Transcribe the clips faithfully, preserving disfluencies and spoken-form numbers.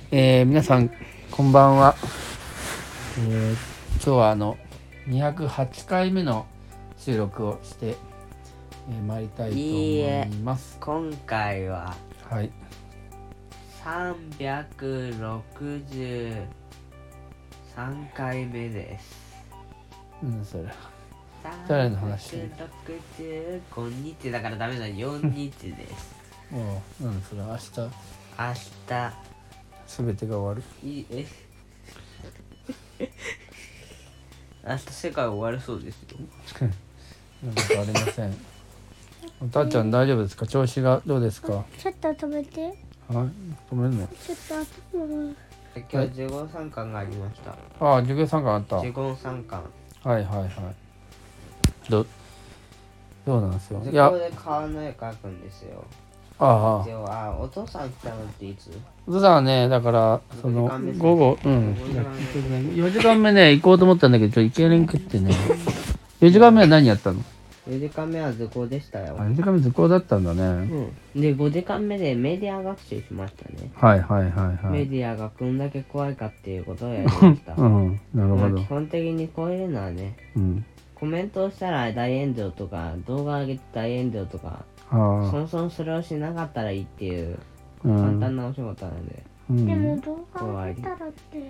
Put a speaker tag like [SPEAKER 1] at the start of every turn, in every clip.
[SPEAKER 1] えー、皆さんこんばんは、えー、今日はあのにひゃくはちかいめの収録をしてえー、参りたいと思います。
[SPEAKER 2] いいえ、今回は
[SPEAKER 1] はい
[SPEAKER 2] さんびゃくろくじゅうさんかいめです。
[SPEAKER 1] うんそれ誰の話？
[SPEAKER 2] さんびゃくろくじゅうごにちだからダメだ、よっかです。
[SPEAKER 1] もうなんそれ明日
[SPEAKER 2] 明日
[SPEAKER 1] すべてが終わる。
[SPEAKER 2] いえ明日世界終わるそうですよ。
[SPEAKER 1] なんかありません。おたーちゃん大丈夫ですか？調子がどうですか？
[SPEAKER 3] ちょっと止めて。
[SPEAKER 1] はい、止めるの？
[SPEAKER 3] ちょっと頭が。
[SPEAKER 2] 今日じゅうごさんかんがありました。
[SPEAKER 1] ああ、授業参観あった。
[SPEAKER 2] じゅうごさんかん。
[SPEAKER 1] はいはいはい。どどうなんですよ。
[SPEAKER 2] そ
[SPEAKER 1] いや、
[SPEAKER 2] こで川の絵描くんですよ。
[SPEAKER 1] ああ、
[SPEAKER 2] 一応あお父さん来たのっていつ？
[SPEAKER 1] お父さんはね、だからその
[SPEAKER 2] ごじかんめ
[SPEAKER 1] 午後、うん、
[SPEAKER 2] ごじかんめ
[SPEAKER 1] よじかんめね行こうと思ったんだけど、ちょっと行けれんくってね。よじかんめは何やったの？
[SPEAKER 2] よじかんめは図工でしたよ。
[SPEAKER 1] あ、よじかんめ図工だったんだね。
[SPEAKER 2] うん。で、ごじかんめでメディア学習しましたね。
[SPEAKER 1] はいはいはいはい。
[SPEAKER 2] メディアがこんだけ怖いかっていうことをやりました。
[SPEAKER 1] うん、なるほど。
[SPEAKER 2] まあ基本的にこういうのはね、
[SPEAKER 1] うん。
[SPEAKER 2] コメントをしたら大炎上とか、動画上げて大炎上とか、そ
[SPEAKER 1] あ
[SPEAKER 2] もそもそれをしなかったらいいっていう
[SPEAKER 1] あ、う
[SPEAKER 2] 簡
[SPEAKER 1] ん。
[SPEAKER 2] 単なお仕事なんで、
[SPEAKER 1] うん。
[SPEAKER 3] でも動画を見たらって。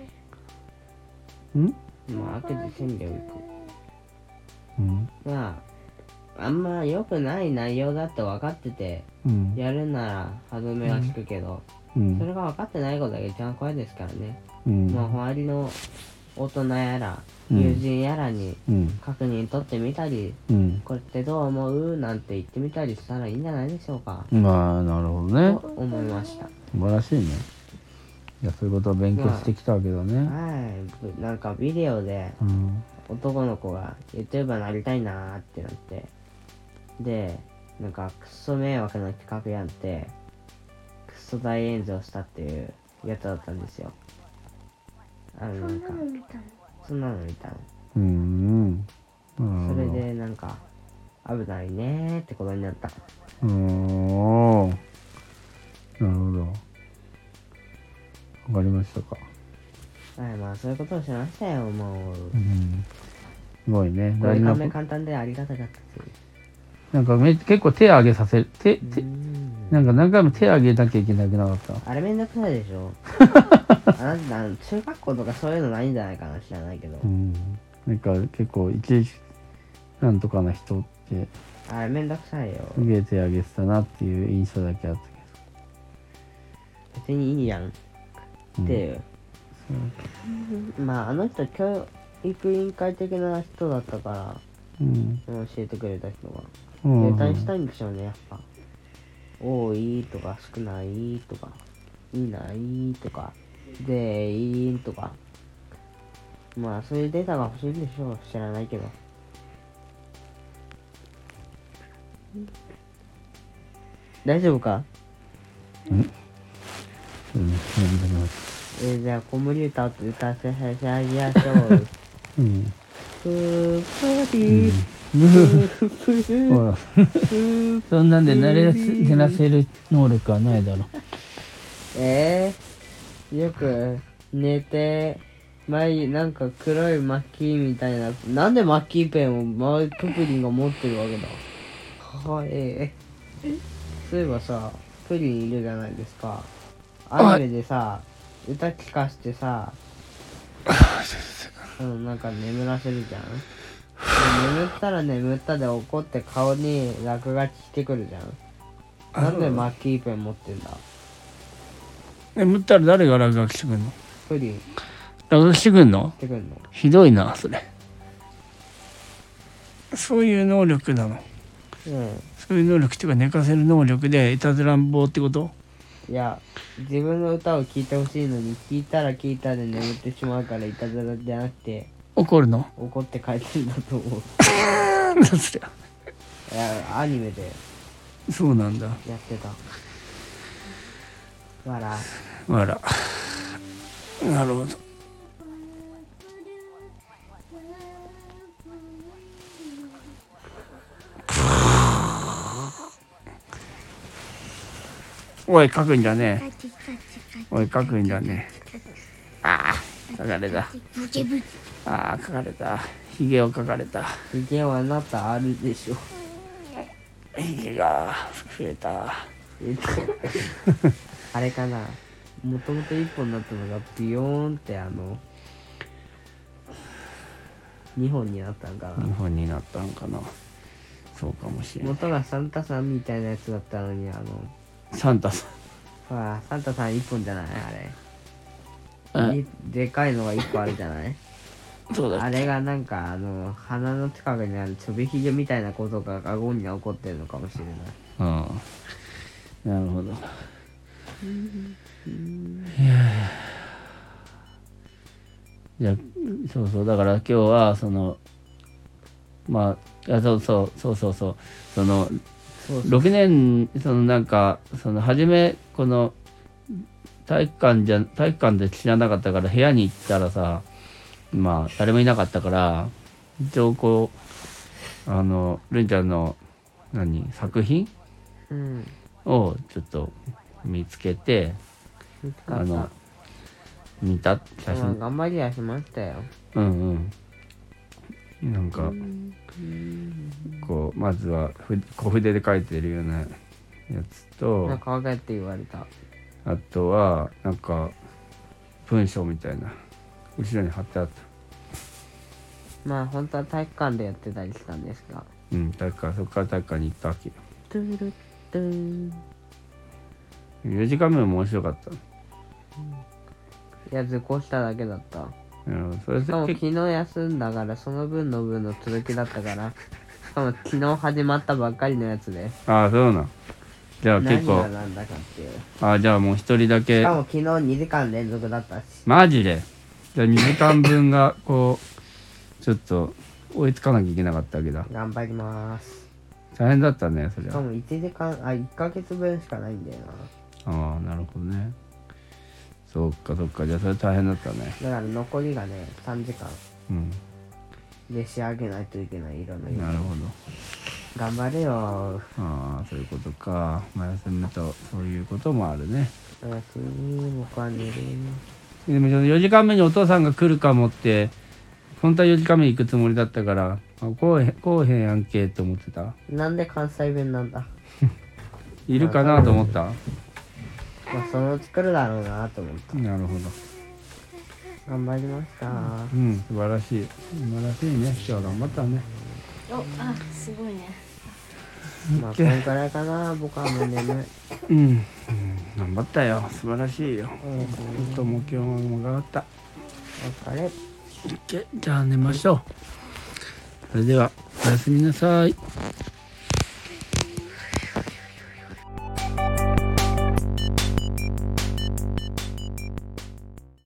[SPEAKER 1] うん。
[SPEAKER 2] まあ悪事せんでおく。
[SPEAKER 1] うん。
[SPEAKER 2] まあ、あんま良くない内容だって分かってて、
[SPEAKER 1] うん。
[SPEAKER 2] やるなら歯止めはつくけど、
[SPEAKER 1] うん
[SPEAKER 2] それが分かってないことが一番怖いですからね。
[SPEAKER 1] うん
[SPEAKER 2] まあ周りの大人やら
[SPEAKER 1] うん
[SPEAKER 2] 友人やらに
[SPEAKER 1] うん
[SPEAKER 2] 確認取ってみたり、
[SPEAKER 1] うん
[SPEAKER 2] これってどう思うなんて言ってみたりしたらいいんじゃないでしょうか、
[SPEAKER 1] まあなるほどね。
[SPEAKER 2] と思いました。
[SPEAKER 1] 素晴らしいね。いやそういうことを勉強してきたわけだね。
[SPEAKER 2] はいなんかビデオで
[SPEAKER 1] うん
[SPEAKER 2] 男の子が YouTuber なりたいなーってなって、でなんかクソ迷惑な企画やってクソ大炎上したっていうやつだったんですよ。あのなんか
[SPEAKER 3] そんなの見たの。
[SPEAKER 2] そんなの見たの。
[SPEAKER 1] うんうん
[SPEAKER 2] それでなんか危ないねーってことになった。
[SPEAKER 1] うーんなるほど。わかりましたか。
[SPEAKER 2] はいまあそういうことをしましたよ。もう
[SPEAKER 1] うんすごいね。
[SPEAKER 2] これ
[SPEAKER 1] 大事なこ
[SPEAKER 2] 簡単簡単でありがたかったです。
[SPEAKER 1] なんかめ結構手上げさせる手手
[SPEAKER 2] うーん
[SPEAKER 1] なんか何回も手上げなきゃいけなくなかった。
[SPEAKER 2] あれめんどくさいでしょあなた中学校とかそういうのないんじゃないかな、知らないけど、
[SPEAKER 1] うんなんか結構いちいちなんとかな人って
[SPEAKER 2] あれめんどくさいよ。
[SPEAKER 1] すげえ手上げてたなっていう印象だけあった
[SPEAKER 2] 別にいいやんっ
[SPEAKER 1] けど。
[SPEAKER 2] ていう、まああの人教育委員会的な人だったから
[SPEAKER 1] うん
[SPEAKER 2] 教えてくれた人が
[SPEAKER 1] うん
[SPEAKER 2] ネタにしたいんでしょうね。やっぱ多いとか少ないとかいないとか全員とか、まあそういうデータが欲しいんでしょう。知らないけど。大丈夫か？
[SPEAKER 1] うんうん
[SPEAKER 2] えー、じゃあ子守歌を歌わせてあげましょう。
[SPEAKER 1] うん
[SPEAKER 2] ふーぱりー
[SPEAKER 1] ほらそんなんで慣れせらせる能力はないだろ。
[SPEAKER 2] えー、よく寝て前なんか黒いマッキーみたいな、なんでマッキーペンを周りププリンが持ってるわけだ。はえー、そういえばさプリンいるじゃないですか。アニメでさ歌聞かしてさうん、なんか眠らせるじゃん。で眠ったら眠ったで怒って顔に落書きしてくるじゃん。なんでマッキーペン持ってんだ。
[SPEAKER 1] 眠ったら誰が落書きしてくんの？
[SPEAKER 2] プリンし
[SPEAKER 1] 落書きしてくんの？
[SPEAKER 2] てくんの。
[SPEAKER 1] ひどいなそれ。そういう能力なの？
[SPEAKER 2] うん
[SPEAKER 1] そういう能力っていうか寝かせる能力でいたずらん坊ってこと？
[SPEAKER 2] いや自分の歌を聴いてほしいのに聴いたら聴いたで眠ってしまうからいたずらじゃなくて
[SPEAKER 1] 怒るの？
[SPEAKER 2] 怒って帰ってんだと思う。
[SPEAKER 1] なんだそりゃ。
[SPEAKER 2] いやアニメで
[SPEAKER 1] そうなんだ。
[SPEAKER 2] やってた。わら
[SPEAKER 1] あらなるほど。おい書くんだね。
[SPEAKER 3] カチカチカチ。
[SPEAKER 1] おい書くんだね。 描かれた。
[SPEAKER 3] ブケブケ。
[SPEAKER 1] ああ描かれた。ひげを描かれた。
[SPEAKER 2] ひげはあなたあるでしょ。
[SPEAKER 1] ひげが増えた。
[SPEAKER 2] えっとあれかな、もともと一本になったのがビヨーンってあの二本になったんかな。
[SPEAKER 1] 日本になったんかな。そうかもしれない。
[SPEAKER 2] 元がサンタさんみたいなやつだったのに、あの
[SPEAKER 1] サンタさ
[SPEAKER 2] ほらサンタさん一本じゃないあれ、
[SPEAKER 1] ん。
[SPEAKER 2] いでかいのが一個あるじゃない
[SPEAKER 1] そうだっけ。
[SPEAKER 2] あれがなんかあの鼻の近くにあるちょびひげみたいなことが顎に起こってるのかもしれない。
[SPEAKER 1] ああ、なるほど。いやいや、そうそう、だから今日はそのまあ、あそうそうそうそうそうその
[SPEAKER 2] そうそう。
[SPEAKER 1] ろくねんそのなんかその初めこの体育館じゃ体育館で知らなかったから部屋に行ったらさ、まあ誰もいなかったから一応こうあのるんちゃんの何作品
[SPEAKER 2] うん
[SPEAKER 1] をちょっと見つけて
[SPEAKER 2] 見つかった。
[SPEAKER 1] あの見た写
[SPEAKER 2] まあ
[SPEAKER 1] 真
[SPEAKER 2] 頑張りはしましたよ。
[SPEAKER 1] うんうんなんかこうまずはふ小筆で書いてるようなやつと
[SPEAKER 2] なんか分かって言われた。
[SPEAKER 1] あとはなんか文章みたいな後ろに貼ってあった。
[SPEAKER 2] まあ本当は体育館でやってたりしたんですが。
[SPEAKER 1] うん体育館そこから体育館に行ったわけよ。
[SPEAKER 2] トゥルットゥン。
[SPEAKER 1] よじかんめも面白かった。
[SPEAKER 2] いや図工しただけだった。
[SPEAKER 1] うんそれ
[SPEAKER 2] しかも
[SPEAKER 1] 結
[SPEAKER 2] 昨日休んだからその分の分の続きだったから。しかも昨日始まったばっかりのやつで。
[SPEAKER 1] ああそうなんじゃあ結
[SPEAKER 2] 何が
[SPEAKER 1] 構
[SPEAKER 2] なんだかっていう。
[SPEAKER 1] ああじゃあもう一人だ
[SPEAKER 2] し
[SPEAKER 1] け
[SPEAKER 2] かも昨日にじかん連続だったし。
[SPEAKER 1] マジでじゃあにじかんぶんがこうちょっと追いつかなきゃいけなかったわけだ。
[SPEAKER 2] 頑張ります。
[SPEAKER 1] 大変だったねそれは。
[SPEAKER 2] しかもいちじかん、あ、いっかげつぶんしかないんだよな。
[SPEAKER 1] ああなるほどね。そっかそっかじゃあそれ大変だったね。
[SPEAKER 2] だから残りがね、さんじかん
[SPEAKER 1] うん
[SPEAKER 2] で仕上げないといけない色の色。
[SPEAKER 1] なるほど。
[SPEAKER 2] 頑張れよ。
[SPEAKER 1] ああそういうことか。まあ休むとそういうこともあるね。
[SPEAKER 2] おやすみ、僕は寝る。
[SPEAKER 1] でもよじかんめにお父さんが来るかもって本当はよじかんめ行くつもりだったからあこうへんこうへんやんけと思ってた。
[SPEAKER 2] なんで関西弁なんだ。
[SPEAKER 1] いるかなと思った。
[SPEAKER 2] まあそのうち来るだろうなと思った。
[SPEAKER 1] なるほど。
[SPEAKER 2] 頑張りました。
[SPEAKER 1] うん素晴らしい素晴らしいね。今日は頑張ったね。
[SPEAKER 3] お、あ、すごいね。
[SPEAKER 2] まあこんくらいかな、僕はもう眠い。
[SPEAKER 1] うん、うん、頑張ったよ素晴らしいよ。
[SPEAKER 2] おやすみ。
[SPEAKER 1] 本当もう今日も頑張った。
[SPEAKER 2] お疲れ。
[SPEAKER 1] じゃあ寝ましょう。それではおやすみなさい。